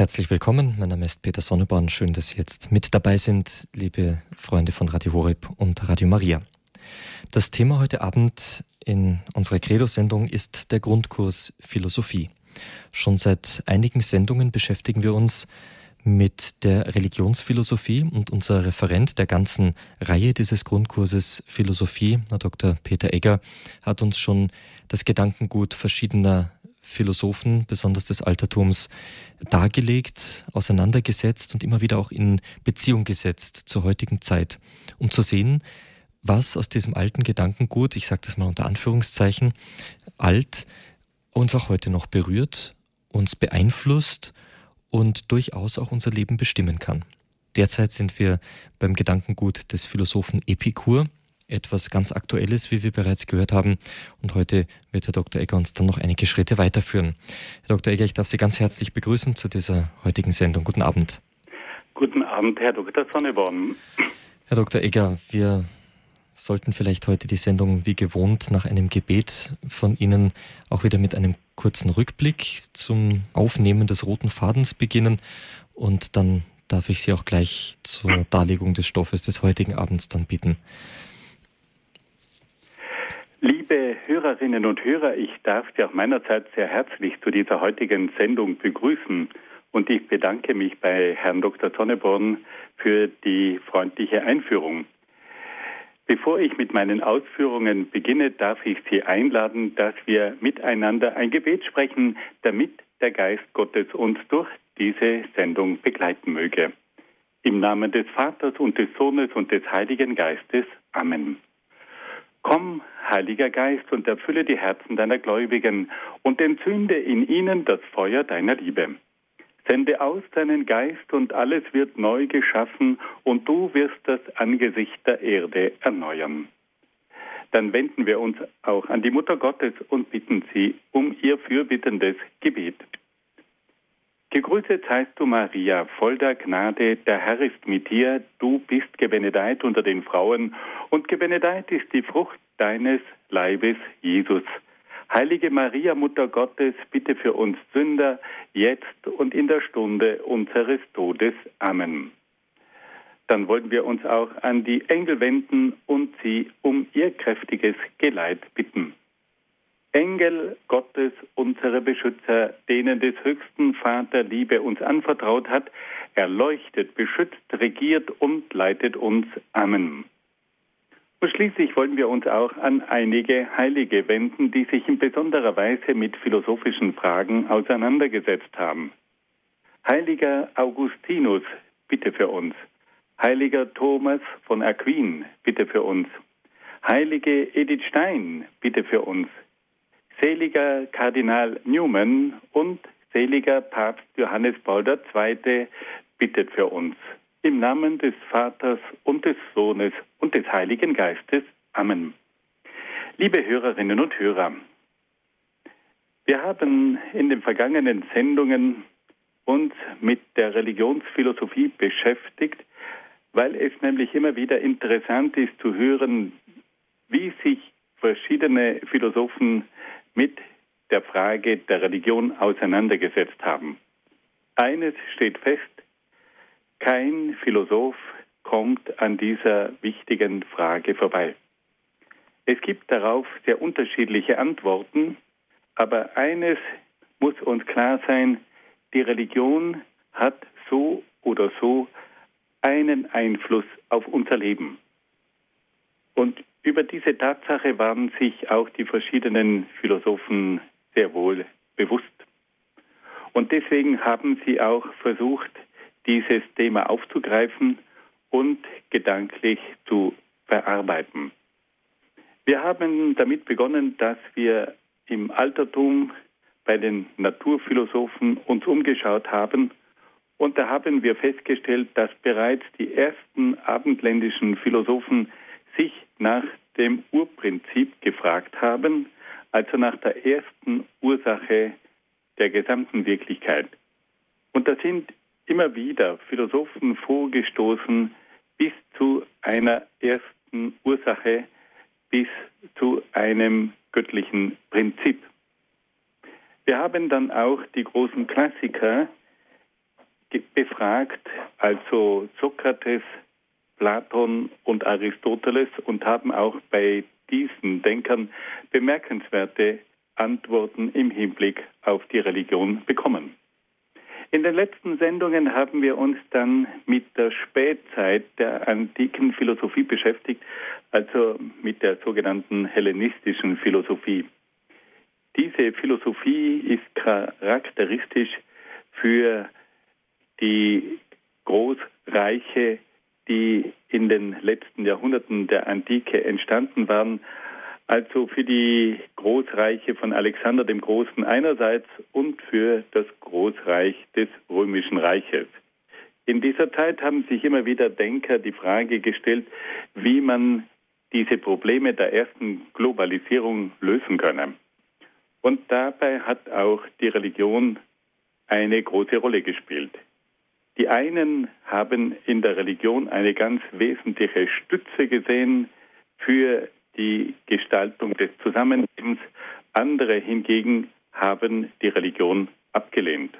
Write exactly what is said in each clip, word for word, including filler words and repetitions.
Herzlich willkommen, mein Name ist Peter Sonneborn. Schön, dass Sie jetzt mit dabei sind, liebe Freunde von Radio Horeb und Radio Maria. Das Thema heute Abend in unserer Credo-Sendung ist der Grundkurs Philosophie. Schon seit einigen Sendungen beschäftigen wir uns mit der Religionsphilosophie und unser Referent der ganzen Reihe dieses Grundkurses Philosophie, Herr Doktor Peter Egger, hat uns schon das Gedankengut verschiedener Philosophen, besonders des Altertums, dargelegt, auseinandergesetzt und immer wieder auch in Beziehung gesetzt zur heutigen Zeit, um zu sehen, was aus diesem alten Gedankengut, ich sage das mal unter Anführungszeichen, alt, uns auch heute noch berührt, uns beeinflusst und durchaus auch unser Leben bestimmen kann. Derzeit sind wir beim Gedankengut des Philosophen Epikur, etwas ganz Aktuelles, wie wir bereits gehört haben. Und heute wird Herr Doktor Egger uns dann noch einige Schritte weiterführen. Herr Doktor Egger, ich darf Sie ganz herzlich begrüßen zu dieser heutigen Sendung. Guten Abend. Guten Abend, Herr Doktor Sonneborn. Herr Doktor Egger, wir sollten vielleicht heute die Sendung wie gewohnt nach einem Gebet von Ihnen auch wieder mit einem kurzen Rückblick zum Aufnehmen des roten Fadens beginnen. Und dann darf ich Sie auch gleich zur Darlegung des Stoffes des heutigen Abends dann bitten. Liebe Hörerinnen und Hörer, ich darf Sie auch meinerseits sehr herzlich zu dieser heutigen Sendung begrüßen und ich bedanke mich bei Herrn Doktor Sonneborn für die freundliche Einführung. Bevor ich mit meinen Ausführungen beginne, darf ich Sie einladen, dass wir miteinander ein Gebet sprechen, damit der Geist Gottes uns durch diese Sendung begleiten möge. Im Namen des Vaters und des Sohnes und des Heiligen Geistes. Amen. Komm, Heiliger Geist, und erfülle die Herzen deiner Gläubigen und entzünde in ihnen das Feuer deiner Liebe. Sende aus deinen Geist und alles wird neu geschaffen und du wirst das Angesicht der Erde erneuern. Dann wenden wir uns auch an die Mutter Gottes und bitten sie um ihr fürbittendes Gebet. Gegrüßet seist du, Maria, voll der Gnade, der Herr ist mit dir, du bist gebenedeit unter den Frauen und gebenedeit ist die Frucht deines Leibes, Jesus. Heilige Maria, Mutter Gottes, bitte für uns Sünder, jetzt und in der Stunde unseres Todes. Amen. Dann wollen wir uns auch an die Engel wenden und sie um ihr kräftiges Geleit bitten. Engel Gottes, unsere Beschützer, denen des höchsten Vater Liebe uns anvertraut hat, erleuchtet, beschützt, regiert und leitet uns. Amen. Und schließlich wollen wir uns auch an einige Heilige wenden, die sich in besonderer Weise mit philosophischen Fragen auseinandergesetzt haben. Heiliger Augustinus, bitte für uns. Heiliger Thomas von Aquin, bitte für uns. Heilige Edith Stein, bitte für uns. Seliger Kardinal Newman und seliger Papst Johannes Paul der Zweite, bittet für uns. Im Namen des Vaters und des Sohnes und des Heiligen Geistes. Amen. Liebe Hörerinnen und Hörer, wir haben in den vergangenen Sendungen uns mit der Religionsphilosophie beschäftigt, weil es nämlich immer wieder interessant ist zu hören, wie sich verschiedene Philosophen mit der Frage der Religion auseinandergesetzt haben. Eines steht fest: Kein Philosoph kommt an dieser wichtigen Frage vorbei. Es gibt darauf sehr unterschiedliche Antworten, aber eines muss uns klar sein: Die Religion hat so oder so einen Einfluss auf unser Leben. Und über diese Tatsache waren sich auch die verschiedenen Philosophen sehr wohl bewusst. Und deswegen haben sie auch versucht, dieses Thema aufzugreifen und gedanklich zu verarbeiten. Wir haben damit begonnen, dass wir im Altertum bei den Naturphilosophen uns umgeschaut haben. Und da haben wir festgestellt, dass bereits die ersten abendländischen Philosophen sich nach dem Urprinzip gefragt haben, also nach der ersten Ursache der gesamten Wirklichkeit. Und da sind immer wieder Philosophen vorgestoßen bis zu einer ersten Ursache, bis zu einem göttlichen Prinzip. Wir haben dann auch die großen Klassiker befragt, also Sokrates, Platon und Aristoteles, und haben auch bei diesen Denkern bemerkenswerte Antworten im Hinblick auf die Religion bekommen. In den letzten Sendungen haben wir uns dann mit der Spätzeit der antiken Philosophie beschäftigt, also mit der sogenannten hellenistischen Philosophie. Diese Philosophie ist charakteristisch für die Großreiche, die in den letzten Jahrhunderten der Antike entstanden waren, also für die Großreiche von Alexander dem Großen einerseits und für das Großreich des Römischen Reiches. In dieser Zeit haben sich immer wieder Denker die Frage gestellt, wie man diese Probleme der ersten Globalisierung lösen könne. Und dabei hat auch die Religion eine große Rolle gespielt. Die einen haben in der Religion eine ganz wesentliche Stütze gesehen für die Gestaltung des Zusammenlebens. Andere hingegen haben die Religion abgelehnt.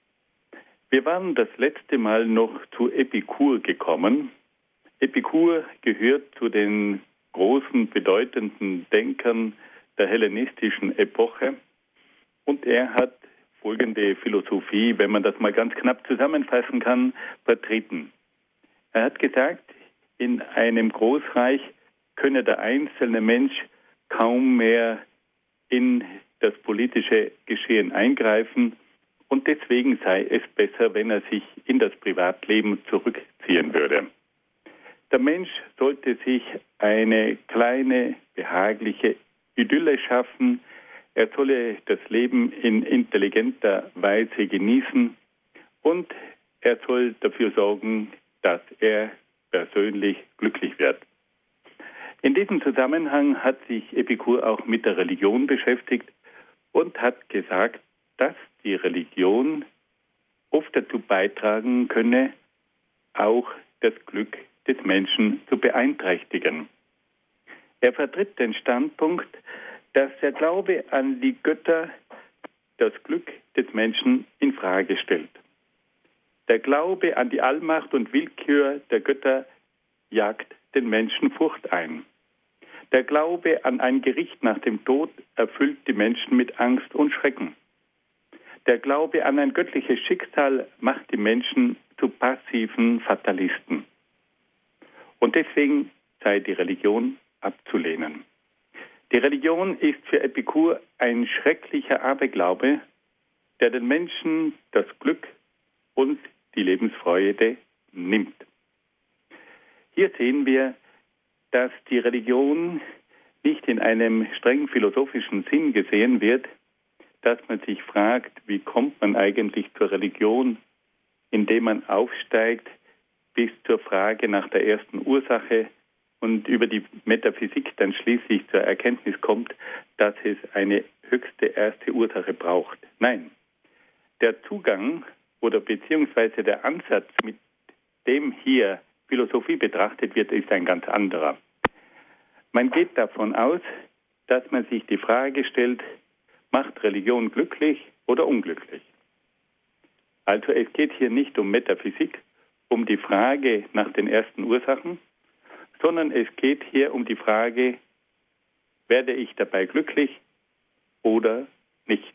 Wir waren das letzte Mal noch zu Epikur gekommen. Epikur gehört zu den großen, bedeutenden Denkern der hellenistischen Epoche. Und er hat folgende Philosophie, wenn man das mal ganz knapp zusammenfassen kann, vertreten. Er hat gesagt, in einem Großreich könne der einzelne Mensch kaum mehr in das politische Geschehen eingreifen und deswegen sei es besser, wenn er sich in das Privatleben zurückziehen würde. Der Mensch sollte sich eine kleine, behagliche Idylle schaffen, er solle das Leben in intelligenter Weise genießen und er soll dafür sorgen, dass er persönlich glücklich wird. In diesem Zusammenhang hat sich Epikur auch mit der Religion beschäftigt und hat gesagt, dass die Religion oft dazu beitragen könne, auch das Glück des Menschen zu beeinträchtigen. Er vertritt den Standpunkt, dass der Glaube an die Götter das Glück des Menschen in Frage stellt. Der Glaube an die Allmacht und Willkür der Götter jagt den Menschen Furcht ein. Der Glaube an ein Gericht nach dem Tod erfüllt die Menschen mit Angst und Schrecken. Der Glaube an ein göttliches Schicksal macht die Menschen zu passiven Fatalisten. Und deswegen sei die Religion abzulehnen. Die Religion ist für Epikur ein schrecklicher Aberglaube, der den Menschen das Glück und die Lebensfreude nimmt. Hier sehen wir, dass die Religion nicht in einem streng philosophischen Sinn gesehen wird, dass man sich fragt, wie kommt man eigentlich zur Religion, indem man aufsteigt bis zur Frage nach der ersten Ursache und über die Metaphysik dann schließlich zur Erkenntnis kommt, dass es eine höchste erste Ursache braucht. Nein, der Zugang oder beziehungsweise der Ansatz, mit dem hier Philosophie betrachtet wird, ist ein ganz anderer. Man geht davon aus, dass man sich die Frage stellt, macht Religion glücklich oder unglücklich? Also es geht hier nicht um Metaphysik, um die Frage nach den ersten Ursachen, sondern es geht hier um die Frage, werde ich dabei glücklich oder nicht?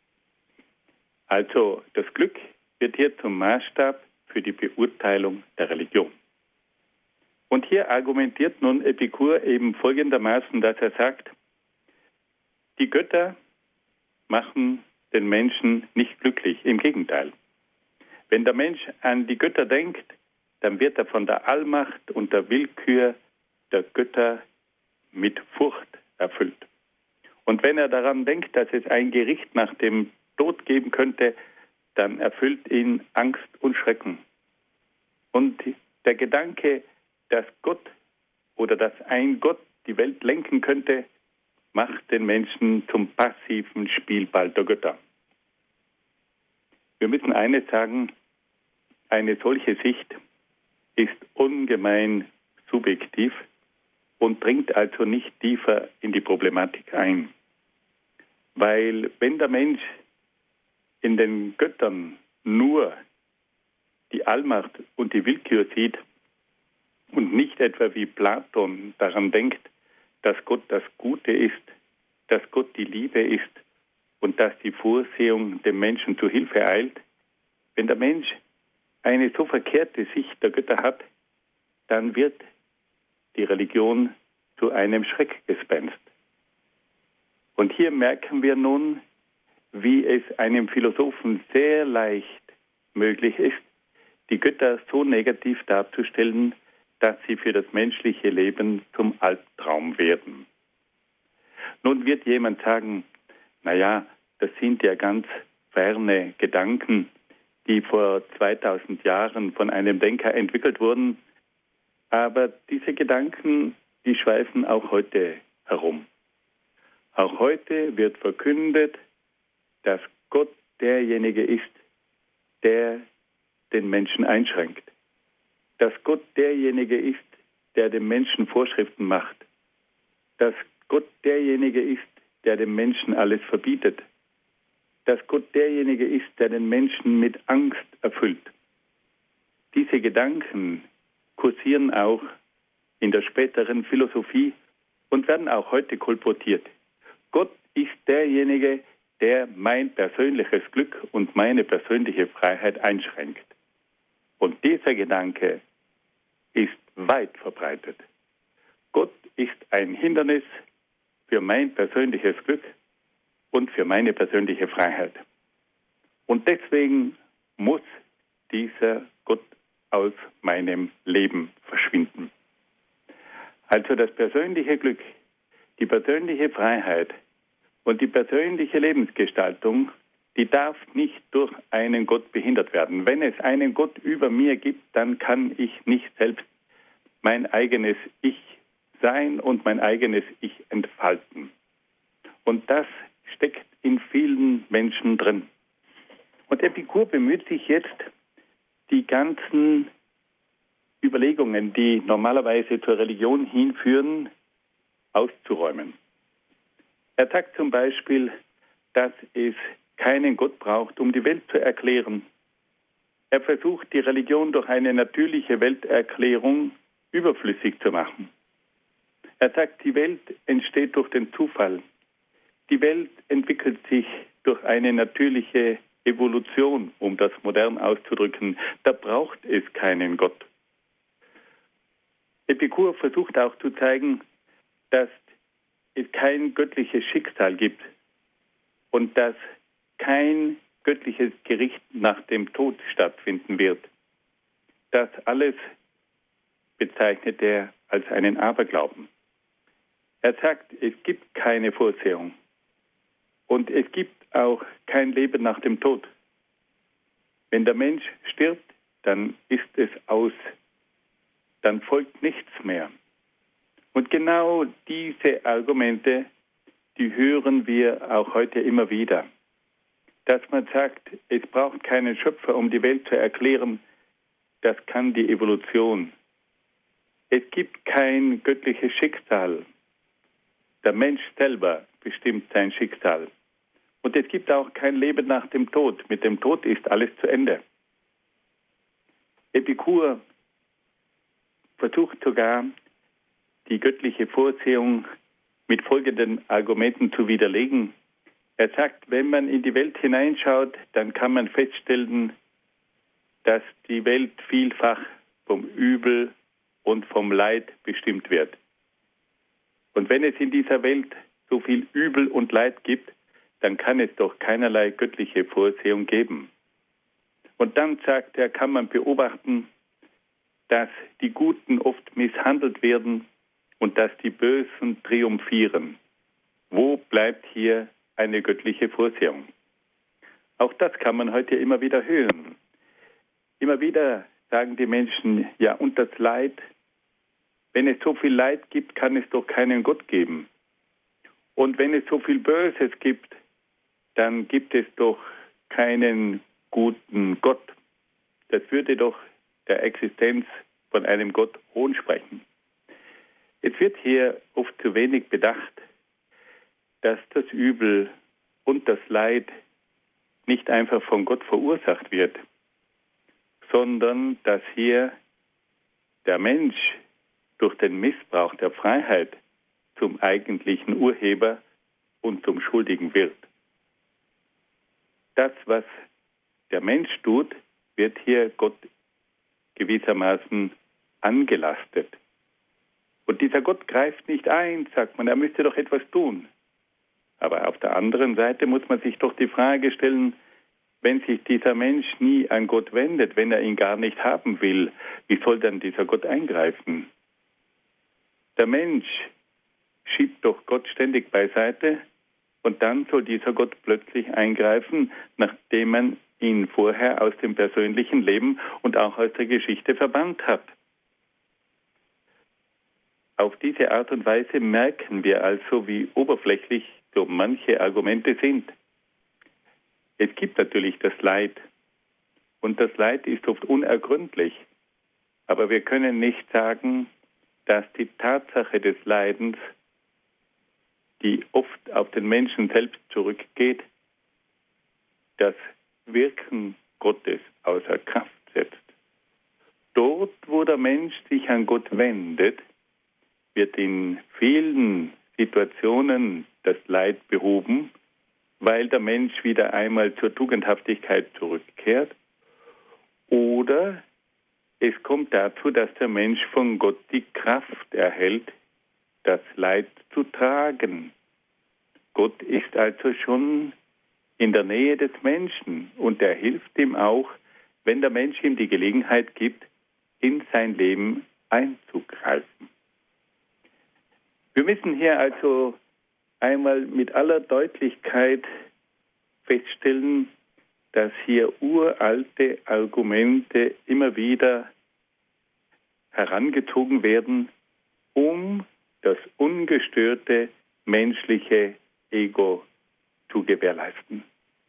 Also das Glück wird hier zum Maßstab für die Beurteilung der Religion. Und hier argumentiert nun Epikur eben folgendermaßen, dass er sagt, die Götter machen den Menschen nicht glücklich, im Gegenteil. Wenn der Mensch an die Götter denkt, dann wird er von der Allmacht und der Willkür der Götter mit Furcht erfüllt. Und wenn er daran denkt, dass es ein Gericht nach dem Tod geben könnte, dann erfüllt ihn Angst und Schrecken. Und der Gedanke, dass Gott oder dass ein Gott die Welt lenken könnte, macht den Menschen zum passiven Spielball der Götter. Wir müssen eines sagen, eine solche Sicht ist ungemein subjektiv und dringt also nicht tiefer in die Problematik ein. Weil wenn der Mensch in den Göttern nur die Allmacht und die Willkür sieht und nicht etwa wie Platon daran denkt, dass Gott das Gute ist, dass Gott die Liebe ist und dass die Vorsehung dem Menschen zu Hilfe eilt, wenn der Mensch eine so verkehrte Sicht der Götter hat, dann wird die Religion zu einem Schreckgespenst. Und hier merken wir nun, wie es einem Philosophen sehr leicht möglich ist, die Götter so negativ darzustellen, dass sie für das menschliche Leben zum Albtraum werden. Nun wird jemand sagen, naja, das sind ja ganz ferne Gedanken, die vor zweitausend Jahren von einem Denker entwickelt wurden, aber diese Gedanken, die schweifen auch heute herum. Auch heute wird verkündet, dass Gott derjenige ist, der den Menschen einschränkt. Dass Gott derjenige ist, der dem Menschen Vorschriften macht. Dass Gott derjenige ist, der dem Menschen alles verbietet. Dass Gott derjenige ist, der den Menschen mit Angst erfüllt. Diese Gedanken kursieren auch in der späteren Philosophie und werden auch heute kolportiert. Gott ist derjenige, der mein persönliches Glück und meine persönliche Freiheit einschränkt. Und dieser Gedanke ist weit verbreitet. Gott ist ein Hindernis für mein persönliches Glück und für meine persönliche Freiheit. Und deswegen muss dieser Gott aus meinem Leben verschwinden. Also das persönliche Glück, die persönliche Freiheit und die persönliche Lebensgestaltung, die darf nicht durch einen Gott behindert werden. Wenn es einen Gott über mir gibt, dann kann ich nicht selbst mein eigenes Ich sein und mein eigenes Ich entfalten. Und das steckt in vielen Menschen drin. Und Epikur bemüht sich jetzt, die ganzen Überlegungen, die normalerweise zur Religion hinführen, auszuräumen. Er sagt zum Beispiel, dass es keinen Gott braucht, um die Welt zu erklären. Er versucht, die Religion durch eine natürliche Welterklärung überflüssig zu machen. Er sagt, die Welt entsteht durch den Zufall. Die Welt entwickelt sich durch eine natürliche Evolution, um das modern auszudrücken. Da braucht es keinen Gott. Epikur versucht auch zu zeigen, dass es kein göttliches Schicksal gibt und dass kein göttliches Gericht nach dem Tod stattfinden wird. Das alles bezeichnet er als einen Aberglauben. Er sagt, es gibt keine Vorsehung und es gibt auch kein Leben nach dem Tod. Wenn der Mensch stirbt, dann ist es aus, dann folgt nichts mehr. Und genau diese Argumente, die hören wir auch heute immer wieder. Dass man sagt, es braucht keinen Schöpfer, um die Welt zu erklären, das kann die Evolution. Es gibt kein göttliches Schicksal. Der Mensch selber bestimmt sein Schicksal. Und es gibt auch kein Leben nach dem Tod. Mit dem Tod ist alles zu Ende. Epikur versucht sogar, die göttliche Vorsehung mit folgenden Argumenten zu widerlegen. Er sagt, wenn man in die Welt hineinschaut, dann kann man feststellen, dass die Welt vielfach vom Übel und vom Leid bestimmt wird. Und wenn es in dieser Welt so viel Übel und Leid gibt, dann kann es doch keinerlei göttliche Vorsehung geben. Und dann, sagt er, kann man beobachten, dass die Guten oft misshandelt werden und dass die Bösen triumphieren. Wo bleibt hier eine göttliche Vorsehung? Auch das kann man heute immer wieder hören. Immer wieder sagen die Menschen, ja, und das Leid, wenn es so viel Leid gibt, kann es doch keinen Gott geben. Und wenn es so viel Böses gibt, dann gibt es doch keinen guten Gott. Das würde doch der Existenz von einem Gott Hohn sprechen. Es wird hier oft zu wenig bedacht, dass das Übel und das Leid nicht einfach von Gott verursacht wird, sondern dass hier der Mensch durch den Missbrauch der Freiheit zum eigentlichen Urheber und zum Schuldigen wird. Das, was der Mensch tut, wird hier Gott gewissermaßen angelastet. Und dieser Gott greift nicht ein, sagt man, er müsste doch etwas tun. Aber auf der anderen Seite muss man sich doch die Frage stellen, wenn sich dieser Mensch nie an Gott wendet, wenn er ihn gar nicht haben will, wie soll dann dieser Gott eingreifen? Der Mensch schiebt doch Gott ständig beiseite und dann soll dieser Gott plötzlich eingreifen, nachdem man ihn vorher aus dem persönlichen Leben und auch aus der Geschichte verbannt hat. Auf diese Art und Weise merken wir also, wie oberflächlich so manche Argumente sind. Es gibt natürlich das Leid und das Leid ist oft unergründlich, aber wir können nicht sagen, dass die Tatsache des Leidens, die oft auf den Menschen selbst zurückgeht, das Wirken Gottes außer Kraft setzt. Dort, wo der Mensch sich an Gott wendet, wird in vielen Situationen das Leid behoben, weil der Mensch wieder einmal zur Tugendhaftigkeit zurückkehrt. Oder es kommt dazu, dass der Mensch von Gott die Kraft erhält, das Leid zu tragen. Gott ist also schon in der Nähe des Menschen und er hilft ihm auch, wenn der Mensch ihm die Gelegenheit gibt, in sein Leben einzugreifen. Wir müssen hier also einmal mit aller Deutlichkeit feststellen, dass hier uralte Argumente immer wieder herangezogen werden, um das ungestörte menschliche Ego zu gewährleisten.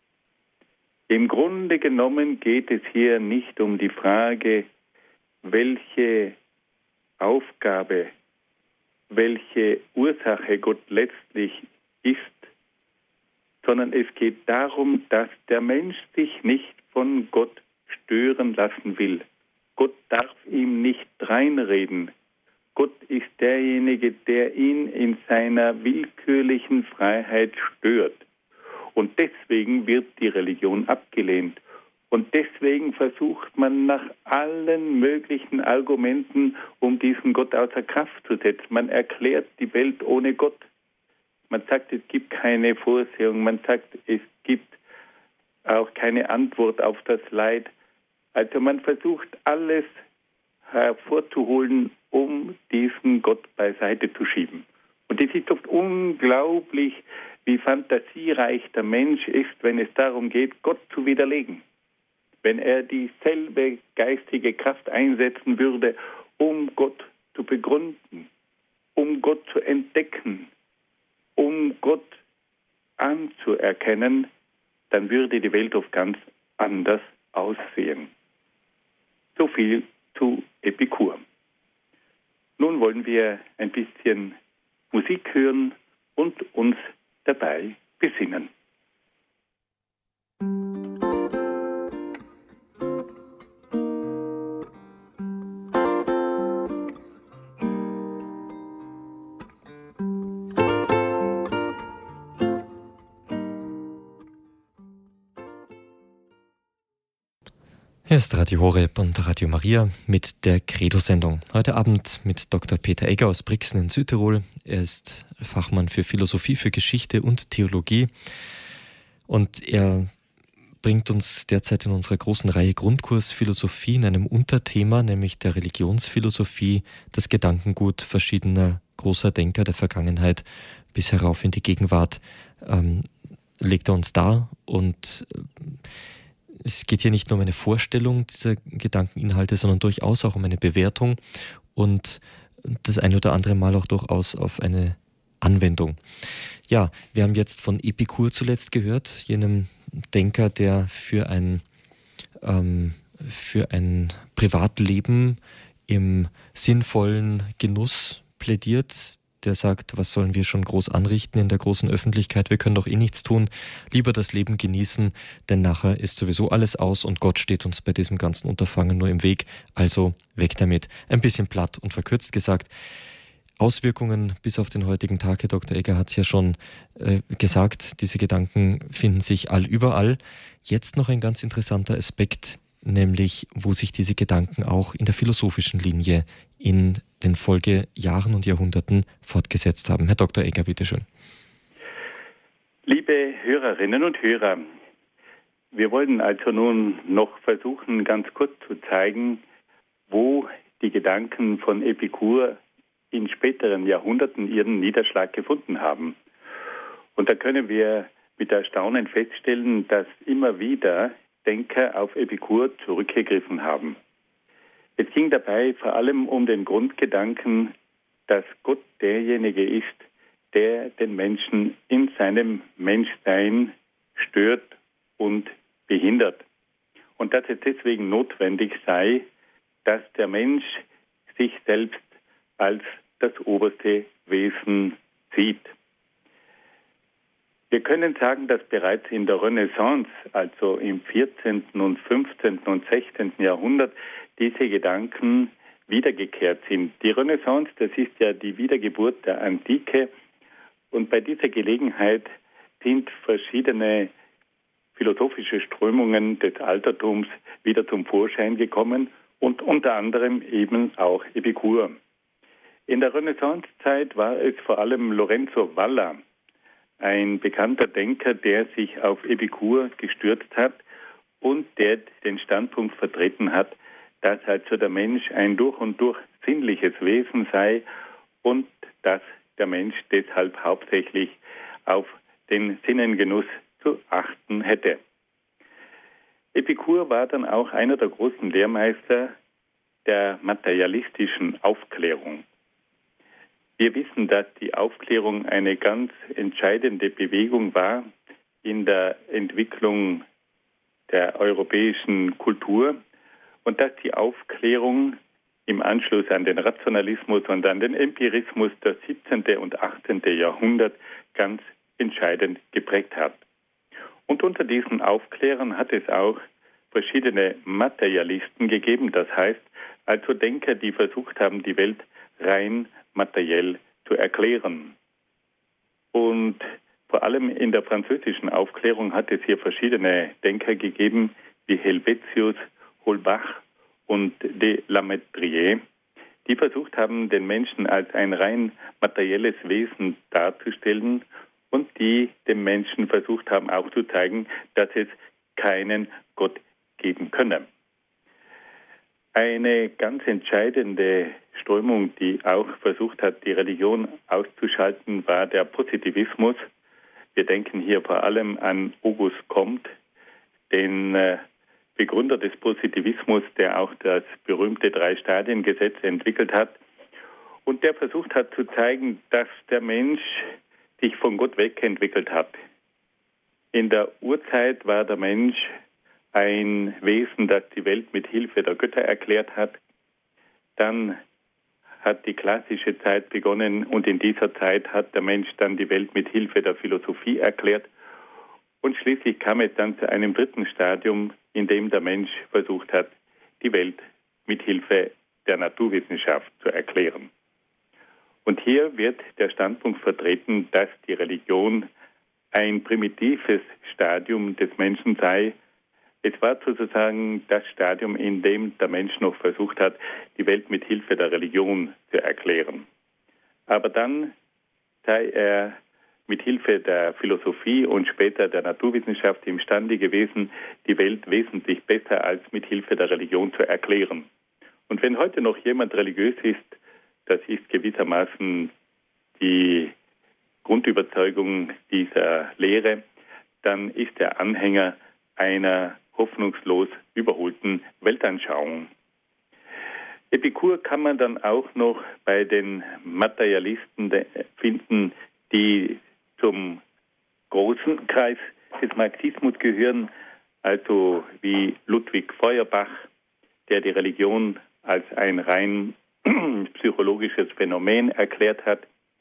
Im Grunde genommen geht es hier nicht um die Frage, welche Aufgabe, welche Ursache Gott letztlich ist, sondern es geht darum, dass der Mensch sich nicht von Gott stören lassen will. Gott darf ihm nicht reinreden. Gott ist derjenige, der ihn in seiner willkürlichen Freiheit stört. Und deswegen wird die Religion abgelehnt. Und deswegen versucht man nach allen möglichen Argumenten, um diesen Gott außer Kraft zu setzen. Man erklärt die Welt ohne Gott. Man sagt, es gibt keine Vorsehung. Man sagt, es gibt auch keine Antwort auf das Leid. Also man versucht alles hervorzuholen, um diesen Gott beiseite zu schieben. Und es ist oft unglaublich, wie fantasiereich der Mensch ist, wenn es darum geht, Gott zu widerlegen. Wenn er dieselbe geistige Kraft einsetzen würde, um Gott zu begründen, um Gott zu entdecken, um Gott anzuerkennen, dann würde die Welt oft ganz anders aussehen. So viel zu Epikur. Nun wollen wir ein bisschen Musik hören und uns dabei besinnen. Hier ist Radio Horeb und Radio Maria mit der Credo-Sendung. Heute Abend mit Doktor Peter Egger aus Brixen in Südtirol. Er ist Fachmann für Philosophie, für Geschichte und Theologie. Und er bringt uns derzeit in unserer großen Reihe Grundkurs Philosophie in einem Unterthema, nämlich der Religionsphilosophie, das Gedankengut verschiedener großer Denker der Vergangenheit bis herauf in die Gegenwart, ähm, legt er uns dar. Und äh, es geht hier nicht nur um eine Vorstellung dieser Gedankeninhalte, sondern durchaus auch um eine Bewertung und das ein oder andere Mal auch durchaus auf eine Anwendung. Ja, wir haben jetzt von Epikur zuletzt gehört, jenem Denker, der für ein, ähm, für ein Privatleben im sinnvollen Genuss plädiert, der sagt, was sollen wir schon groß anrichten in der großen Öffentlichkeit, wir können doch eh nichts tun, lieber das Leben genießen, denn nachher ist sowieso alles aus und Gott steht uns bei diesem ganzen Unterfangen nur im Weg, also weg damit. Ein bisschen platt und verkürzt gesagt. Auswirkungen bis auf den heutigen Tag, Herr Doktor Egger hat es ja schon äh, gesagt, diese Gedanken finden sich allüberall. Jetzt noch ein ganz interessanter Aspekt, nämlich wo sich diese Gedanken auch in der philosophischen Linie in den Folgejahren und Jahrhunderten fortgesetzt haben. Herr Doktor Egger, bitteschön. Liebe Hörerinnen und Hörer, wir wollen also nun noch versuchen, ganz kurz zu zeigen, wo die Gedanken von Epikur in späteren Jahrhunderten ihren Niederschlag gefunden haben. Und da können wir mit Erstaunen feststellen, dass immer wieder Denker auf Epikur zurückgegriffen haben. Es ging dabei vor allem um den Grundgedanken, dass Gott derjenige ist, der den Menschen in seinem Menschsein stört und behindert. Und dass es deswegen notwendig sei, dass der Mensch sich selbst als das oberste Wesen sieht. Wir können sagen, dass bereits in der Renaissance, also im vierzehnten und fünfzehnten und sechzehnten Jahrhundert, diese Gedanken wiedergekehrt sind. Die Renaissance, das ist ja die Wiedergeburt der Antike, und bei dieser Gelegenheit sind verschiedene philosophische Strömungen des Altertums wieder zum Vorschein gekommen und unter anderem eben auch Epikur. In der Renaissancezeit war es vor allem Lorenzo Valla, ein bekannter Denker, der sich auf Epikur gestürzt hat und der den Standpunkt vertreten hat, dass also der Mensch ein durch und durch sinnliches Wesen sei und dass der Mensch deshalb hauptsächlich auf den Sinnengenuss zu achten hätte. Epikur war dann auch einer der großen Lehrmeister der materialistischen Aufklärung. Wir wissen, dass die Aufklärung eine ganz entscheidende Bewegung war in der Entwicklung der europäischen Kultur und dass die Aufklärung im Anschluss an den Rationalismus und an den Empirismus das siebzehnten und achtzehnten Jahrhundert ganz entscheidend geprägt hat. Und unter diesen Aufklärern hat es auch verschiedene Materialisten gegeben, das heißt also Denker, die versucht haben, die Welt rein materiell zu erklären. Und vor allem in der französischen Aufklärung hat es hier verschiedene Denker gegeben, wie Helvetius, Holbach und de la Mettrie, die versucht haben, den Menschen als ein rein materielles Wesen darzustellen und die dem Menschen versucht haben, auch zu zeigen, dass es keinen Gott geben könne. Eine ganz entscheidende Strömung, die auch versucht hat, die Religion auszuschalten, war der Positivismus. Wir denken hier vor allem an Auguste Comte, den äh, Begründer des Positivismus, der auch das berühmte Drei-Stadien-Gesetz entwickelt hat und der versucht hat zu zeigen, dass der Mensch sich von Gott wegentwickelt hat. In der Urzeit war der Mensch ein Wesen, das die Welt mit Hilfe der Götter erklärt hat. Dann hat die klassische Zeit begonnen und in dieser Zeit hat der Mensch dann die Welt mit Hilfe der Philosophie erklärt. Und schließlich kam es dann zu einem dritten Stadium, in dem der Mensch versucht hat, die Welt mit Hilfe der Naturwissenschaft zu erklären. Und hier wird der Standpunkt vertreten, dass die Religion ein primitives Stadium des Menschen sei. Es war sozusagen das Stadium, in dem der Mensch noch versucht hat, die Welt mit Hilfe der Religion zu erklären. Aber dann sei er mit Hilfe der Philosophie und später der Naturwissenschaft imstande gewesen, die Welt wesentlich besser als mit Hilfe der Religion zu erklären. Und wenn heute noch jemand religiös ist, das ist gewissermaßen die Grundüberzeugung dieser Lehre, dann ist er Anhänger einer hoffnungslos überholten Weltanschauung. Epikur kann man dann auch noch bei den Materialisten finden, die zum großen Kreis des Marxismus gehören, also wie Ludwig Feuerbach, der die Religion als ein rein psychologisches Phänomen erklärt hat,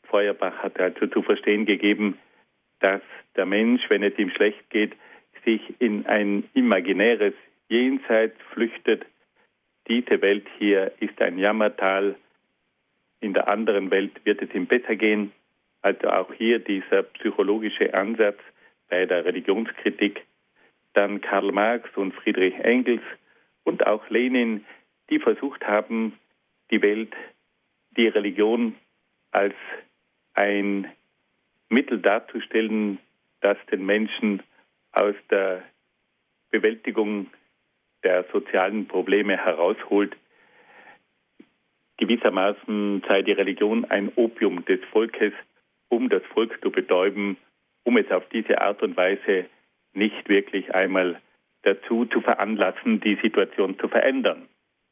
Feuerbach hat also zu verstehen gegeben, dass der Mensch, wenn es ihm schlecht geht, sich in ein imaginäres Jenseits flüchtet. Diese Welt hier ist ein Jammertal. In der anderen Welt wird es ihm besser gehen. Also auch hier dieser psychologische Ansatz bei der Religionskritik. Dann Karl Marx und Friedrich Engels und auch Lenin, die versucht haben, die Welt, die Religion als ein Mittel darzustellen, das den Menschen aus der Bewältigung der sozialen Probleme herausholt. Gewissermaßen sei die Religion ein Opium des Volkes, um das Volk zu betäuben, um es auf diese Art und Weise nicht wirklich einmal dazu zu veranlassen, die Situation zu verändern.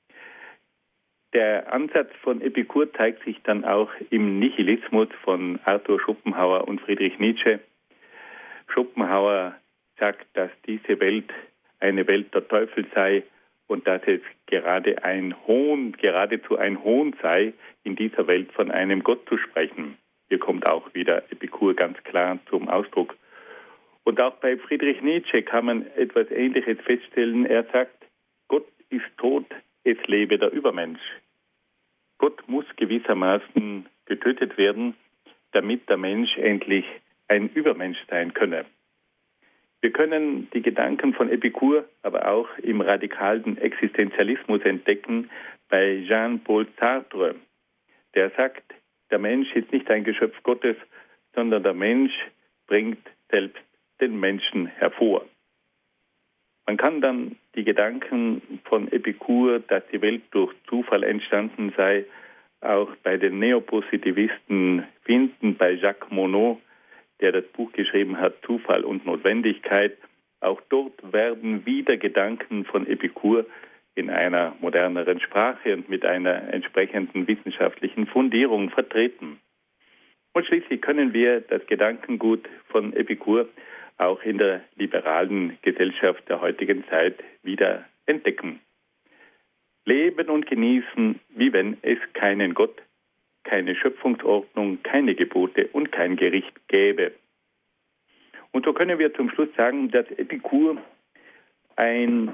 Der Ansatz von Epikur zeigt sich dann auch im Nihilismus von Arthur Schopenhauer und Friedrich Nietzsche. Schopenhauer sagt, dass diese Welt eine Welt der Teufel sei und dass es gerade ein Hohn, geradezu ein Hohn sei, in dieser Welt von einem Gott zu sprechen. Hier kommt auch wieder Epikur ganz klar zum Ausdruck. Und auch bei Friedrich Nietzsche kann man etwas Ähnliches feststellen. Er sagt, Gott ist tot, es lebe der Übermensch. Gott muss gewissermaßen getötet werden, damit der Mensch endlich ein Übermensch sein könne. Wir können die Gedanken von Epikur aber auch im radikalen Existenzialismus entdecken bei Jean-Paul Sartre, der sagt, der Mensch ist nicht ein Geschöpf Gottes, sondern der Mensch bringt selbst den Menschen hervor. Man kann dann die Gedanken von Epikur, dass die Welt durch Zufall entstanden sei, auch bei den Neopositivisten finden, bei Jacques Monod, der das Buch geschrieben hat, Zufall und Notwendigkeit. Auch dort werden wieder Gedanken von Epikur in einer moderneren Sprache und mit einer entsprechenden wissenschaftlichen Fundierung vertreten. Und schließlich können wir das Gedankengut von Epikur auch in der liberalen Gesellschaft der heutigen Zeit wieder entdecken. Leben und genießen, wie wenn es keinen Gott, keine Schöpfungsordnung, keine Gebote und kein Gericht gäbe. Und so können wir zum Schluss sagen, dass Epikur ein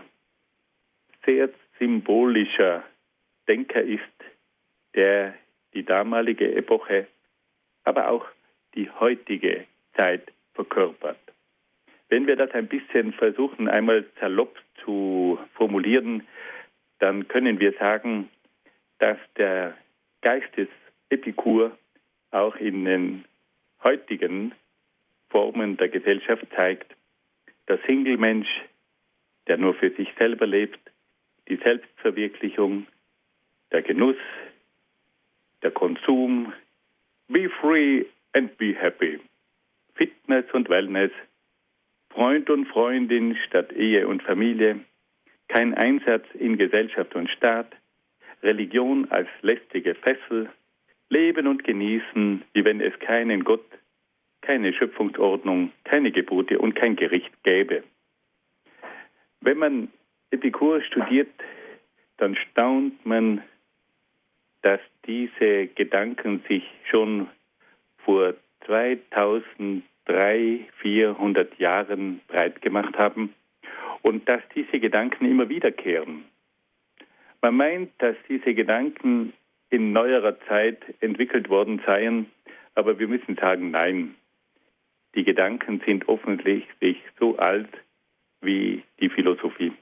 sehr symbolischer Denker ist, der die damalige Epoche, aber auch die heutige Zeit verkörpert. Wenn wir das ein bisschen versuchen, einmal salopp zu formulieren, dann können wir sagen, dass der Geist des Epikur auch in den heutigen Formen der Gesellschaft zeigt. Der Single-Mensch, der nur für sich selber lebt, die Selbstverwirklichung, der Genuss, der Konsum, be free and be happy, Fitness und Wellness, Freund und Freundin statt Ehe und Familie, kein Einsatz in Gesellschaft und Staat, Religion als lästige Fessel, Leben und Genießen, wie wenn es keinen Gott, keine Schöpfungsordnung, keine Gebote und kein Gericht gäbe. Wenn man Epikur studiert, dann staunt man, dass diese Gedanken sich schon vor zweitausenddreihundert, vierhundert Jahren breit gemacht haben und dass diese Gedanken immer wiederkehren. Man meint, dass diese Gedanken in neuerer Zeit entwickelt worden seien, aber wir müssen sagen, nein. Die Gedanken sind offensichtlich so alt wie die Philosophie.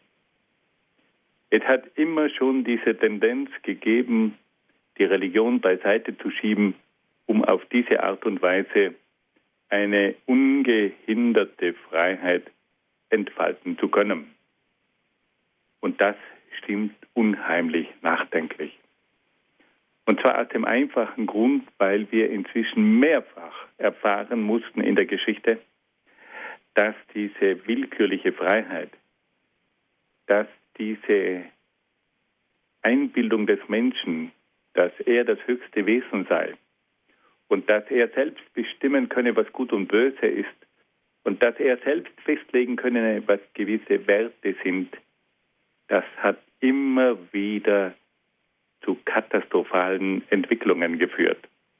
Es hat immer schon diese Tendenz gegeben, die Religion beiseite zu schieben, um auf diese Art und Weise eine ungehinderte Freiheit entfalten zu können. Und das stimmt unheimlich nachdenklich. Und zwar aus dem einfachen Grund, weil wir inzwischen mehrfach erfahren mussten in der Geschichte, dass diese willkürliche Freiheit, dass diese Einbildung des Menschen, dass er das höchste Wesen sei und dass er selbst bestimmen könne, was gut und böse ist und dass er selbst festlegen könne, was gewisse Werte sind, das hat immer wieder zu katastrophalen Entwicklungen geführt.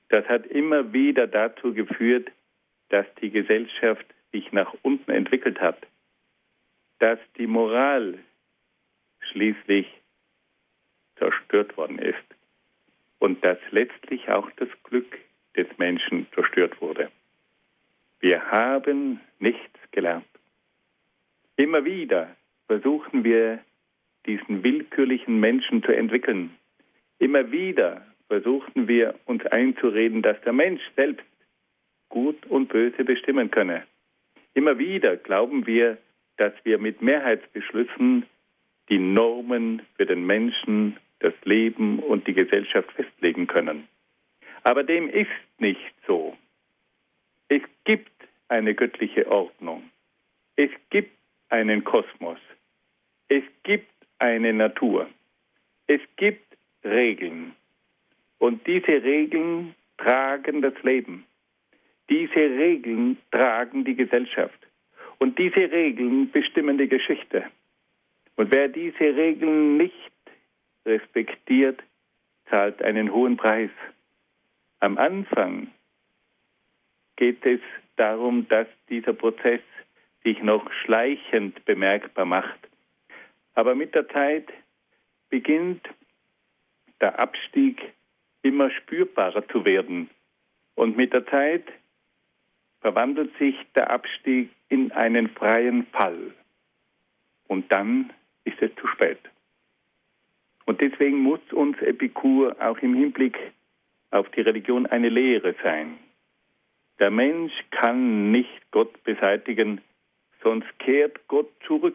Das hat immer wieder dazu geführt, dass die Gesellschaft sich nach unten entwickelt hat, dass die Moral schließlich zerstört worden ist und dass letztlich auch das Glück des Menschen zerstört wurde. Wir haben nichts gelernt. Immer wieder versuchen wir, diesen willkürlichen Menschen zu entwickeln. Immer wieder versuchen wir, uns einzureden, dass der Mensch selbst Gut und Böse bestimmen könne. Immer wieder glauben wir, dass wir mit Mehrheitsbeschlüssen die Normen für den Menschen, das Leben und die Gesellschaft festlegen können. Aber dem ist nicht so. Es gibt eine göttliche Ordnung. Es gibt einen Kosmos. Es gibt eine Natur. Es gibt Regeln. Und diese Regeln tragen das Leben. Diese Regeln tragen die Gesellschaft. Und diese Regeln bestimmen die Geschichte. Und wer diese Regeln nicht respektiert, zahlt einen hohen Preis. Am Anfang geht es darum, dass dieser Prozess sich noch schleichend bemerkbar macht. Aber mit der Zeit beginnt der Abstieg immer spürbarer zu werden. Und mit der Zeit verwandelt sich der Abstieg in einen freien Fall. Und dann ist es zu spät. Und deswegen muss uns Epikur auch im Hinblick auf die Religion eine Lehre sein. Der Mensch kann nicht Gott beseitigen, sonst kehrt Gott zurück.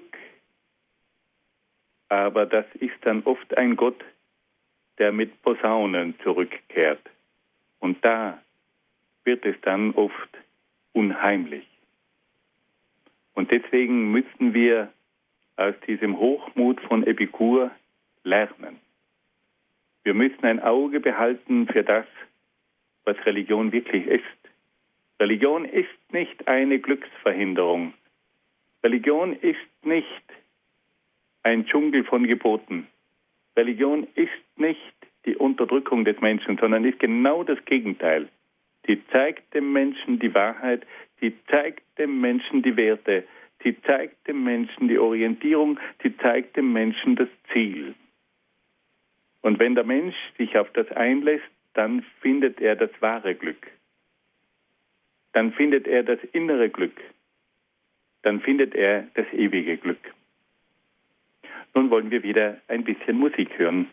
Aber das ist dann oft ein Gott, der mit Posaunen zurückkehrt. Und da wird es dann oft unheimlich. Und deswegen müssen wir aus diesem Hochmut von Epikur lernen. Wir müssen ein Auge behalten für das, was Religion wirklich ist. Religion ist nicht eine Glücksverhinderung. Religion ist nicht ein Dschungel von Geboten. Religion ist nicht die Unterdrückung des Menschen, sondern ist genau das Gegenteil. Sie zeigt dem Menschen die Wahrheit, sie zeigt dem Menschen die Werte, sie zeigt dem Menschen die Orientierung, sie zeigt dem Menschen das Ziel. Und wenn der Mensch sich auf das einlässt, dann findet er das wahre Glück. Dann findet er das innere Glück. Dann findet er das ewige Glück. Nun wollen wir wieder ein bisschen Musik hören.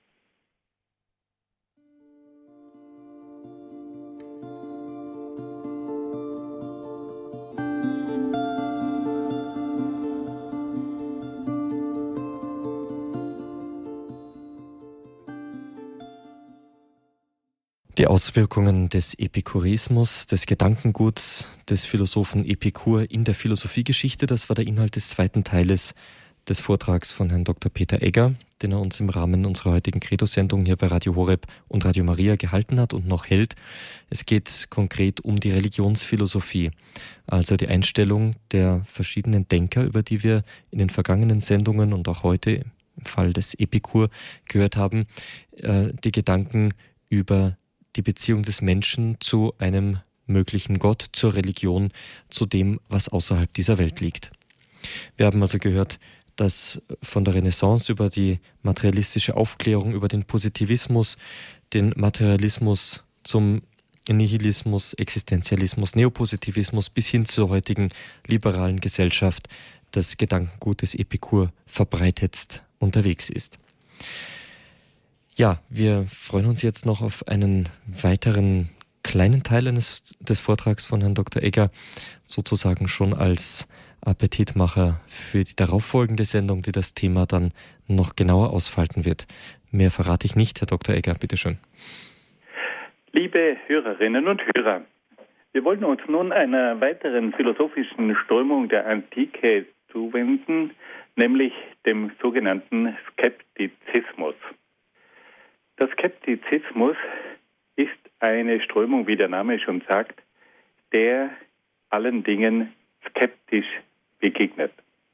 Die Auswirkungen des Epikurismus, des Gedankenguts des Philosophen Epikur in der Philosophiegeschichte, das war der Inhalt des zweiten Teiles des Vortrags von Herrn Doktor Peter Egger, den er uns im Rahmen unserer heutigen Credo-Sendung hier bei Radio Horeb und Radio Maria gehalten hat und noch hält. Es geht konkret um die Religionsphilosophie, also die Einstellung der verschiedenen Denker, über die wir in den vergangenen Sendungen und auch heute im Fall des Epikur gehört haben, die Gedanken über die Beziehung des Menschen zu einem möglichen Gott, zur Religion, zu dem, was außerhalb dieser Welt liegt. Wir haben also gehört, dass von der Renaissance über die materialistische Aufklärung, über den Positivismus, den Materialismus zum Nihilismus, Existenzialismus, Neopositivismus bis hin zur heutigen liberalen Gesellschaft das Gedankengut des Epikur verbreitetst unterwegs ist. Ja, wir freuen uns jetzt noch auf einen weiteren kleinen Teil eines, des Vortrags von Herrn Doktor Egger, sozusagen schon als Appetitmacher für die darauffolgende Sendung, die das Thema dann noch genauer ausfalten wird. Mehr verrate ich nicht, Herr Doktor Egger, bitteschön. Liebe Hörerinnen und Hörer, wir wollen uns nun einer weiteren philosophischen Strömung der Antike zuwenden, nämlich dem sogenannten Skeptizismus. Der Skeptizismus ist eine Strömung, wie der Name schon sagt, der allen Dingen skeptisch begegnet.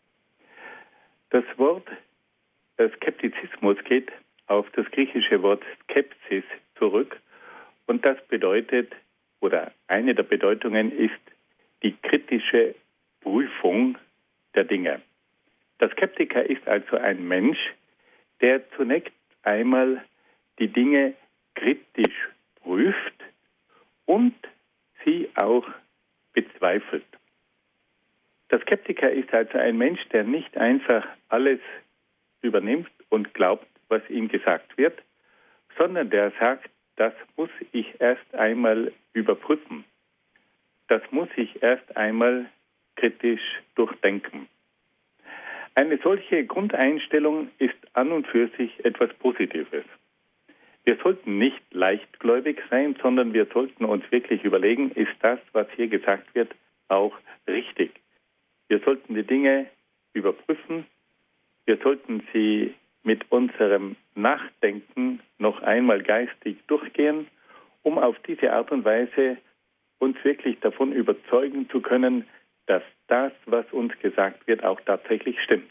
Das Wort Skeptizismus geht auf das griechische Wort Skepsis zurück Und das bedeutet, oder eine der Bedeutungen ist die kritische Prüfung der Dinge. Der Skeptiker ist also ein Mensch, der zunächst einmal die Dinge kritisch prüft und sie auch bezweifelt. Der Skeptiker ist also ein Mensch, der nicht einfach alles übernimmt und glaubt, was ihm gesagt wird, sondern der sagt, das muss ich erst einmal überprüfen. Das muss ich erst einmal kritisch durchdenken. Eine solche Grundeinstellung ist an und für sich etwas Positives. Wir sollten nicht leichtgläubig sein, sondern wir sollten uns wirklich überlegen, ist das, was hier gesagt wird, auch richtig? Wir sollten die Dinge überprüfen. Wir sollten sie mit unserem Nachdenken noch einmal geistig durchgehen, um auf diese Art und Weise uns wirklich davon überzeugen zu können, dass das, was uns gesagt wird, auch tatsächlich stimmt.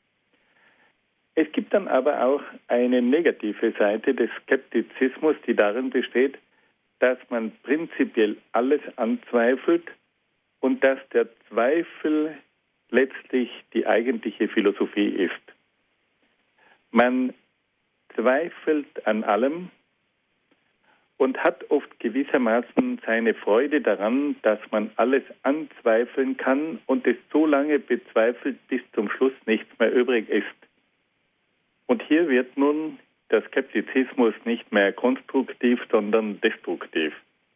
Es gibt dann aber auch eine negative Seite des Skeptizismus, die darin besteht, dass man prinzipiell alles anzweifelt und dass der Zweifel letztlich die eigentliche Philosophie ist. Man zweifelt an allem und hat oft gewissermaßen seine Freude daran, dass man alles anzweifeln kann und es so lange bezweifelt, bis zum Schluss nichts mehr übrig ist. Und hier wird nun der Skeptizismus nicht mehr konstruktiv, sondern destruktiv.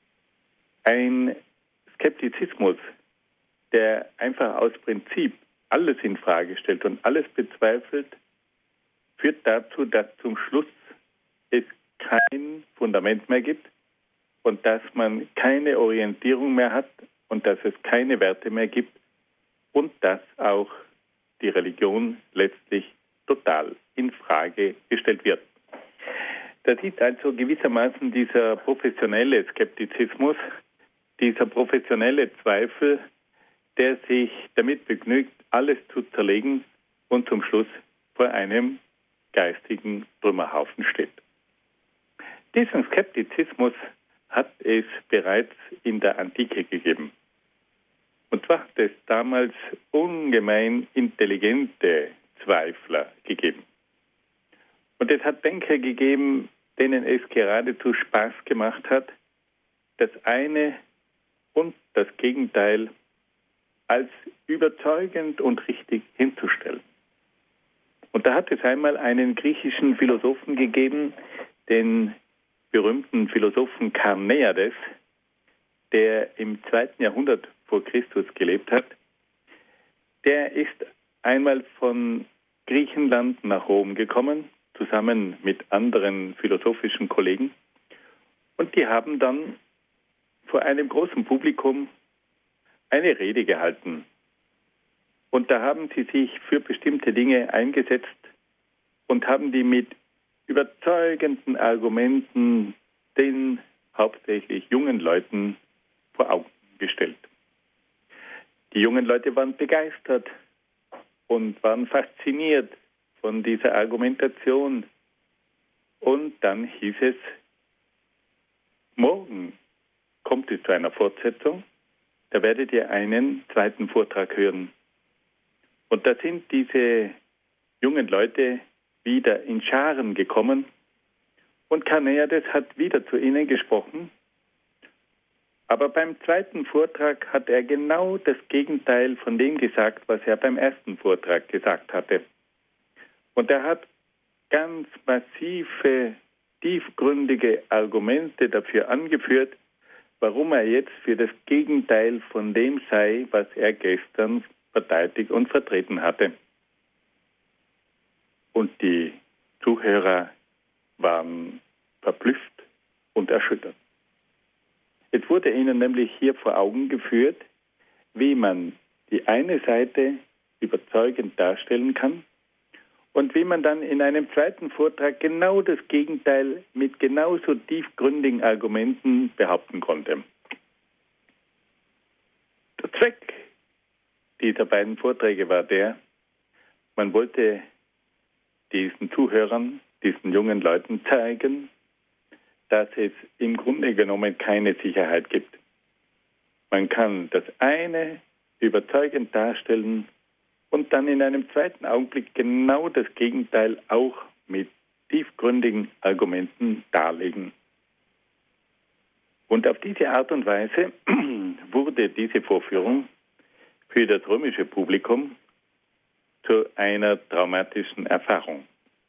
Ein Skeptizismus, der einfach aus Prinzip alles in Frage stellt und alles bezweifelt, führt dazu, dass zum Schluss es kein Fundament mehr gibt und dass man keine Orientierung mehr hat und dass es keine Werte mehr gibt und dass auch die Religion letztlich total in Frage gestellt wird. Das ist also gewissermaßen dieser professionelle Skeptizismus, dieser professionelle Zweifel, der sich damit begnügt, alles zu zerlegen und zum Schluss vor einem geistigen Trümmerhaufen steht. Diesen Skeptizismus hat es bereits in der Antike gegeben. Und zwar hat es damals ungemein intelligente Zweifler gegeben. Und es hat Denker gegeben, denen es geradezu Spaß gemacht hat, das eine und das Gegenteil als überzeugend und richtig hinzustellen. Und da hat es einmal einen griechischen Philosophen gegeben, den berühmten Philosophen Karneades, der im zweiten Jahrhundert vor Christus gelebt hat. Der ist einmal von Griechenland nach Rom gekommen, zusammen mit anderen philosophischen Kollegen. Und die haben dann vor einem großen Publikum eine Rede gehalten. Und da haben sie sich für bestimmte Dinge eingesetzt und haben die mit überzeugenden Argumenten den hauptsächlich jungen Leuten vor Augen gestellt. Die jungen Leute waren begeistert und waren fasziniert von dieser Argumentation. Und dann hieß es, morgen kommt es zu einer Fortsetzung, da werdet ihr einen zweiten Vortrag hören. Und da sind diese jungen Leute wieder in Scharen gekommen und Karneades hat wieder zu ihnen gesprochen. Aber beim zweiten Vortrag hat er genau das Gegenteil von dem gesagt, was er beim ersten Vortrag gesagt hatte. Und er hat ganz massive, tiefgründige Argumente dafür angeführt, warum er jetzt für das Gegenteil von dem sei, was er gestern verteidigt und vertreten hatte. Und die Zuhörer waren verblüfft und erschüttert. Es wurde ihnen nämlich hier vor Augen geführt, wie man die eine Seite überzeugend darstellen kann und wie man dann in einem zweiten Vortrag genau das Gegenteil mit genauso tiefgründigen Argumenten behaupten konnte. Der Zweck dieser beiden Vorträge war der, man wollte diesen Zuhörern, diesen jungen Leuten zeigen, dass es im Grunde genommen keine Sicherheit gibt. Man kann das eine überzeugend darstellen und dann in einem zweiten Augenblick genau das Gegenteil auch mit tiefgründigen Argumenten darlegen. Und auf diese Art und Weise wurde diese Vorführung für das römische Publikum zu einer traumatischen Erfahrung.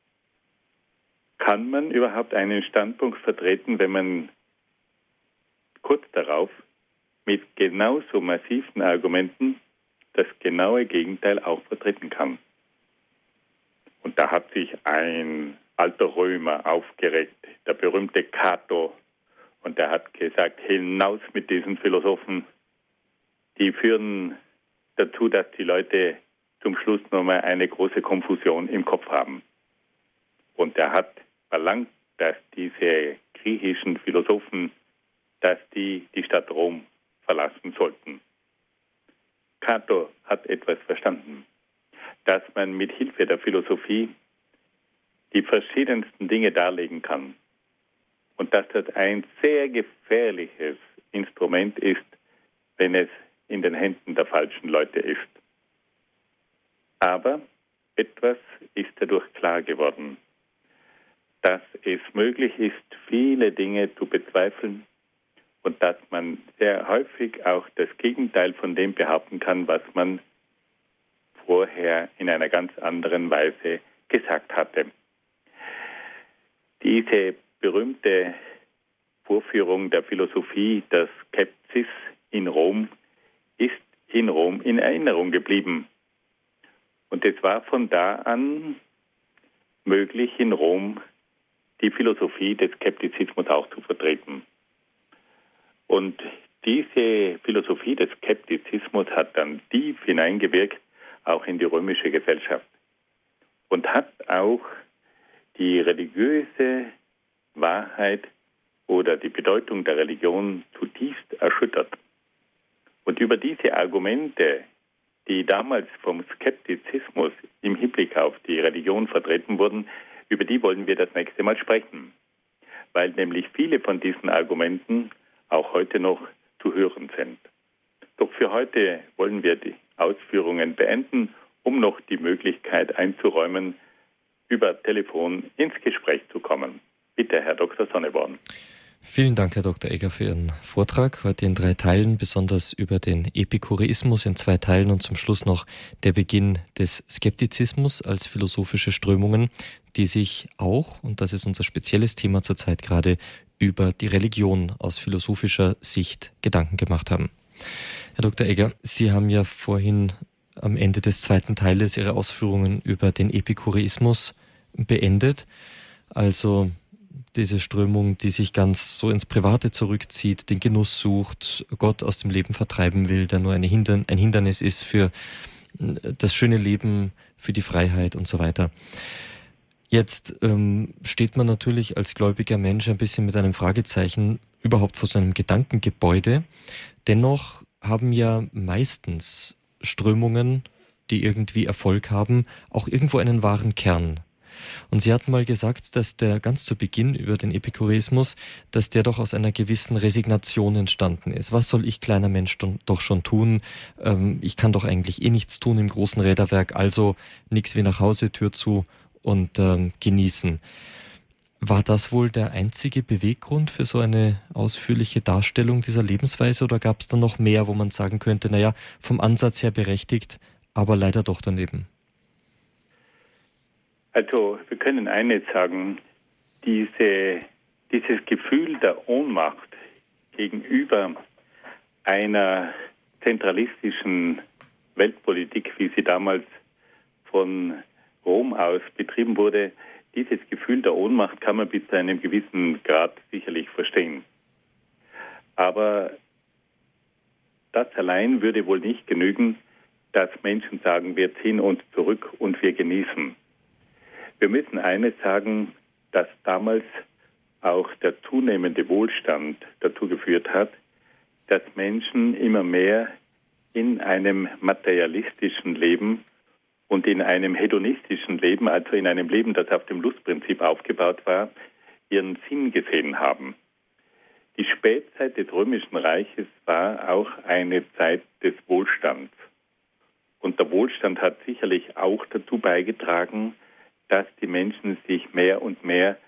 Kann man überhaupt einen Standpunkt vertreten, wenn man kurz darauf mit genauso massiven Argumenten das genaue Gegenteil auch vertreten kann? Und da hat sich ein alter Römer aufgeregt, der berühmte Cato, und der hat gesagt, hinaus mit diesen Philosophen, die führen dazu, dass die Leute zum Schluss nochmal eine große Konfusion im Kopf haben. Und er hat verlangt, dass diese griechischen Philosophen, dass die die Stadt Rom verlassen sollten. Cato hat etwas verstanden, dass man mit Hilfe der Philosophie die verschiedensten Dinge darlegen kann und dass das ein sehr gefährliches Instrument ist, wenn es in den Händen der falschen Leute ist. Aber etwas ist dadurch klar geworden, dass es möglich ist, viele Dinge zu bezweifeln und dass man sehr häufig auch das Gegenteil von dem behaupten kann, was man vorher in einer ganz anderen Weise gesagt hatte. Diese berühmte Vorführung der Philosophie, der Skepsis in Rom, ist in Rom in Erinnerung geblieben. Und es war von da an möglich, in Rom die Philosophie des Skeptizismus auch zu vertreten. Und diese Philosophie des Skeptizismus hat dann tief hineingewirkt, auch in die römische Gesellschaft. Und hat auch die religiöse Wahrheit oder die Bedeutung der Religion zutiefst erschüttert. Und über diese Argumente, die damals vom Skeptizismus im Hinblick auf die Religion vertreten wurden, über die wollen wir das nächste Mal sprechen. Weil nämlich viele von diesen Argumenten auch heute noch zu hören sind. Doch für heute wollen wir die Ausführungen beenden, um noch die Möglichkeit einzuräumen, über Telefon ins Gespräch zu kommen. Bitte, Herr Doktor Sonneborn. Vielen Dank, Herr Doktor Egger, für Ihren Vortrag. Heute in drei Teilen, besonders über den Epikureismus in zwei Teilen und zum Schluss noch der Beginn des Skeptizismus als philosophische Strömungen, die sich auch, und das ist unser spezielles Thema zurzeit gerade, über die Religion aus philosophischer Sicht Gedanken gemacht haben. Herr Doktor Egger, Sie haben ja vorhin am Ende des zweiten Teiles Ihre Ausführungen über den Epikureismus beendet, also diese Strömung, die sich ganz so ins Private zurückzieht, den Genuss sucht, Gott aus dem Leben vertreiben will, der nur eine Hindern- ein Hindernis ist für das schöne Leben, für die Freiheit und so weiter. Jetzt ähm, steht man natürlich als gläubiger Mensch ein bisschen mit einem Fragezeichen überhaupt vor so einem Gedankengebäude. Dennoch haben ja meistens Strömungen, die irgendwie Erfolg haben, auch irgendwo einen wahren Kern. Und Sie hatten mal gesagt, dass der ganz zu Beginn über den Epikureismus, dass der doch aus einer gewissen Resignation entstanden ist. Was soll ich, kleiner Mensch, doch schon tun? Ähm, ich kann doch eigentlich eh nichts tun im großen Räderwerk, also nichts wie nach Hause, Tür zu und ähm, genießen. War das wohl der einzige Beweggrund für so eine ausführliche Darstellung dieser Lebensweise oder gab es da noch mehr, wo man sagen könnte, naja, vom Ansatz her berechtigt, aber leider doch daneben? Also wir können eines sagen, diese, dieses Gefühl der Ohnmacht gegenüber einer zentralistischen Weltpolitik, wie sie damals von Rom aus betrieben wurde, dieses Gefühl der Ohnmacht kann man bis zu einem gewissen Grad sicherlich verstehen. Aber das allein würde wohl nicht genügen, dass Menschen sagen, wir ziehen uns zurück und wir genießen. Wir müssen eines sagen, dass damals auch der zunehmende Wohlstand dazu geführt hat, dass Menschen immer mehr in einem materialistischen Leben und in einem hedonistischen Leben, also in einem Leben, das auf dem Lustprinzip aufgebaut war, ihren Sinn gesehen haben. Die Spätzeit des Römischen Reiches war auch eine Zeit des Wohlstands. Und der Wohlstand hat sicherlich auch dazu beigetragen, dass die Menschen sich mehr und mehr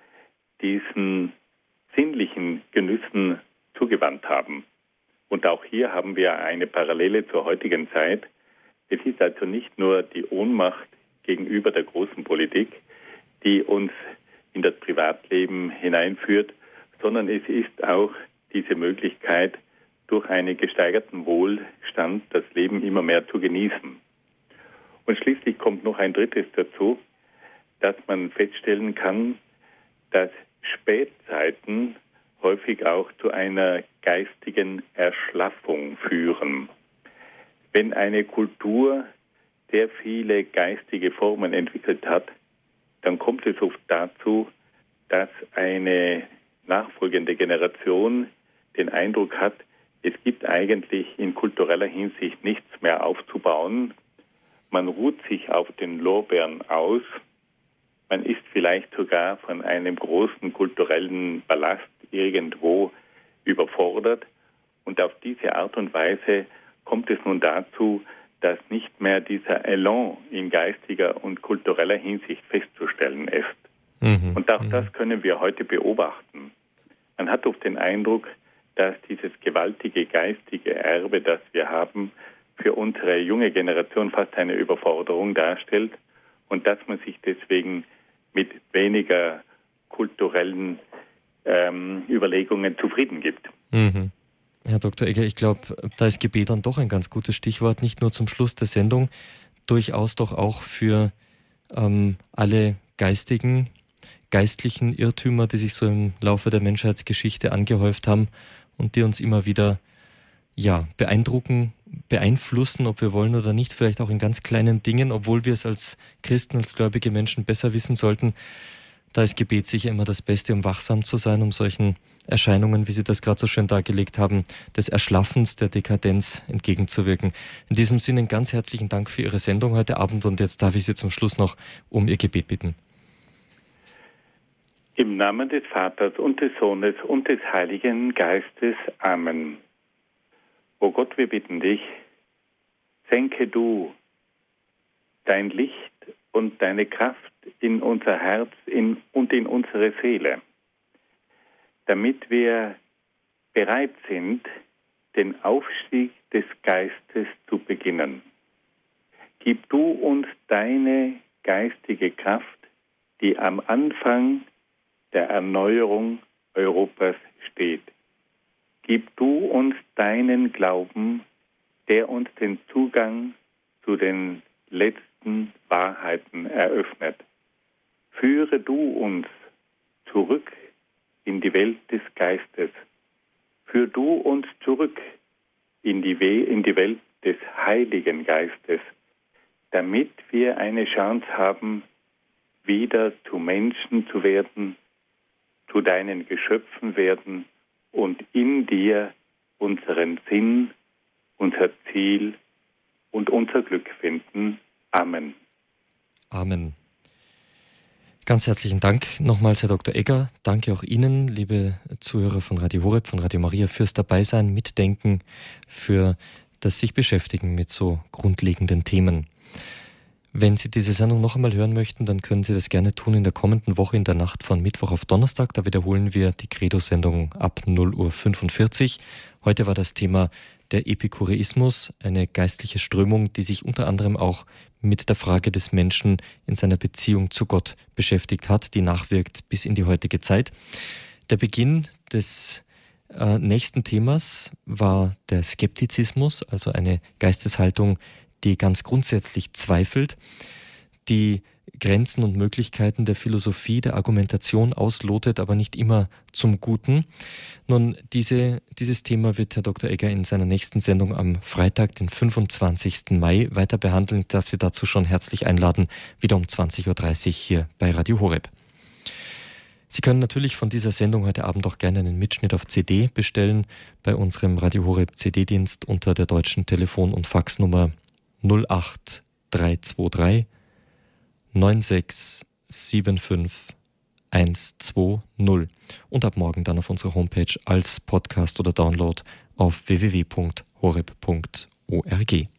diesen sinnlichen Genüssen zugewandt haben. Und auch hier haben wir eine Parallele zur heutigen Zeit. Es ist also nicht nur die Ohnmacht gegenüber der großen Politik, die uns in das Privatleben hineinführt, sondern es ist auch diese Möglichkeit, durch einen gesteigerten Wohlstand das Leben immer mehr zu genießen. Und schließlich kommt noch ein drittes dazu, dass man feststellen kann, dass Spätzeiten häufig auch zu einer geistigen Erschlaffung führen. Wenn eine Kultur sehr viele geistige Formen entwickelt hat, dann kommt es oft dazu, dass eine nachfolgende Generation den Eindruck hat, es gibt eigentlich in kultureller Hinsicht nichts mehr aufzubauen. Man ruht sich auf den Lorbeeren aus. Man ist vielleicht sogar von einem großen kulturellen Ballast irgendwo überfordert. Und auf diese Art und Weise kommt es nun dazu, dass nicht mehr dieser Elan in geistiger und kultureller Hinsicht festzustellen ist. Mhm. Und auch mhm. das können wir heute beobachten. Man hat oft den Eindruck, dass dieses gewaltige geistige Erbe, das wir haben, für unsere junge Generation fast eine Überforderung darstellt und dass man sich deswegen mit weniger kulturellen ähm, Überlegungen zufrieden gibt. Mhm. Herr Doktor Egger, ich glaube, da ist Gebet dann doch ein ganz gutes Stichwort, nicht nur zum Schluss der Sendung, durchaus doch auch für ähm, alle geistigen, geistlichen Irrtümer, die sich so im Laufe der Menschheitsgeschichte angehäuft haben und die uns immer wieder ja, beeindrucken, beeinflussen, ob wir wollen oder nicht, vielleicht auch in ganz kleinen Dingen, obwohl wir es als Christen, als gläubige Menschen besser wissen sollten. Da ist Gebet sicher immer das Beste, um wachsam zu sein, um solchen Erscheinungen, wie Sie das gerade so schön dargelegt haben, des Erschlaffens, der Dekadenz entgegenzuwirken. In diesem Sinne ganz herzlichen Dank für Ihre Sendung heute Abend und jetzt darf ich Sie zum Schluss noch um Ihr Gebet bitten. Im Namen des Vaters und des Sohnes und des Heiligen Geistes. Amen. O Gott, wir bitten dich, senke du dein Licht und deine Kraft in unser Herz in, und in unsere Seele, damit wir bereit sind, den Aufstieg des Geistes zu beginnen. Gib du uns deine geistige Kraft, die am Anfang der Erneuerung Europas steht. Gib du uns deinen Glauben, der uns den Zugang zu den letzten Wahrheiten eröffnet. Führe du uns zurück in die Welt des Geistes. Führ du uns zurück in die, We- in die Welt des Heiligen Geistes, damit wir eine Chance haben, wieder zu Menschen zu werden, zu deinen Geschöpfen werden und in dir unseren Sinn, unser Ziel und unser Glück finden. Amen. Amen. Ganz herzlichen Dank nochmals, Herr Doktor Egger. Danke auch Ihnen, liebe Zuhörer von Radio Horeb, von Radio Maria, fürs Dabeisein, Mitdenken, für das sich beschäftigen mit so grundlegenden Themen. Wenn Sie diese Sendung noch einmal hören möchten, dann können Sie das gerne tun in der kommenden Woche in der Nacht von Mittwoch auf Donnerstag. Da wiederholen wir die Credo-Sendung ab null Uhr fünfundvierzig. Heute war das Thema der Epikureismus, eine geistliche Strömung, die sich unter anderem auch mit der Frage des Menschen in seiner Beziehung zu Gott beschäftigt hat, die nachwirkt bis in die heutige Zeit. Der Beginn des äh, nächsten Themas war der Skeptizismus, also eine Geisteshaltung, die ganz grundsätzlich zweifelt, die Grenzen und Möglichkeiten der Philosophie, der Argumentation auslotet, aber nicht immer zum Guten. Nun, diese, dieses Thema wird Herr Doktor Egger in seiner nächsten Sendung am Freitag, den fünfundzwanzigsten Mai, weiter behandeln. Ich darf Sie dazu schon herzlich einladen, wieder um zwanzig Uhr dreißig hier bei Radio Horeb. Sie können natürlich von dieser Sendung heute Abend auch gerne einen Mitschnitt auf C D bestellen bei unserem Radio Horeb C D-Dienst unter der deutschen Telefon- und Faxnummer null acht drei zwei drei neun sechs sieben fünf eins zwei null und ab morgen dann auf unserer Homepage als Podcast oder Download auf w w w punkt horeb punkt org.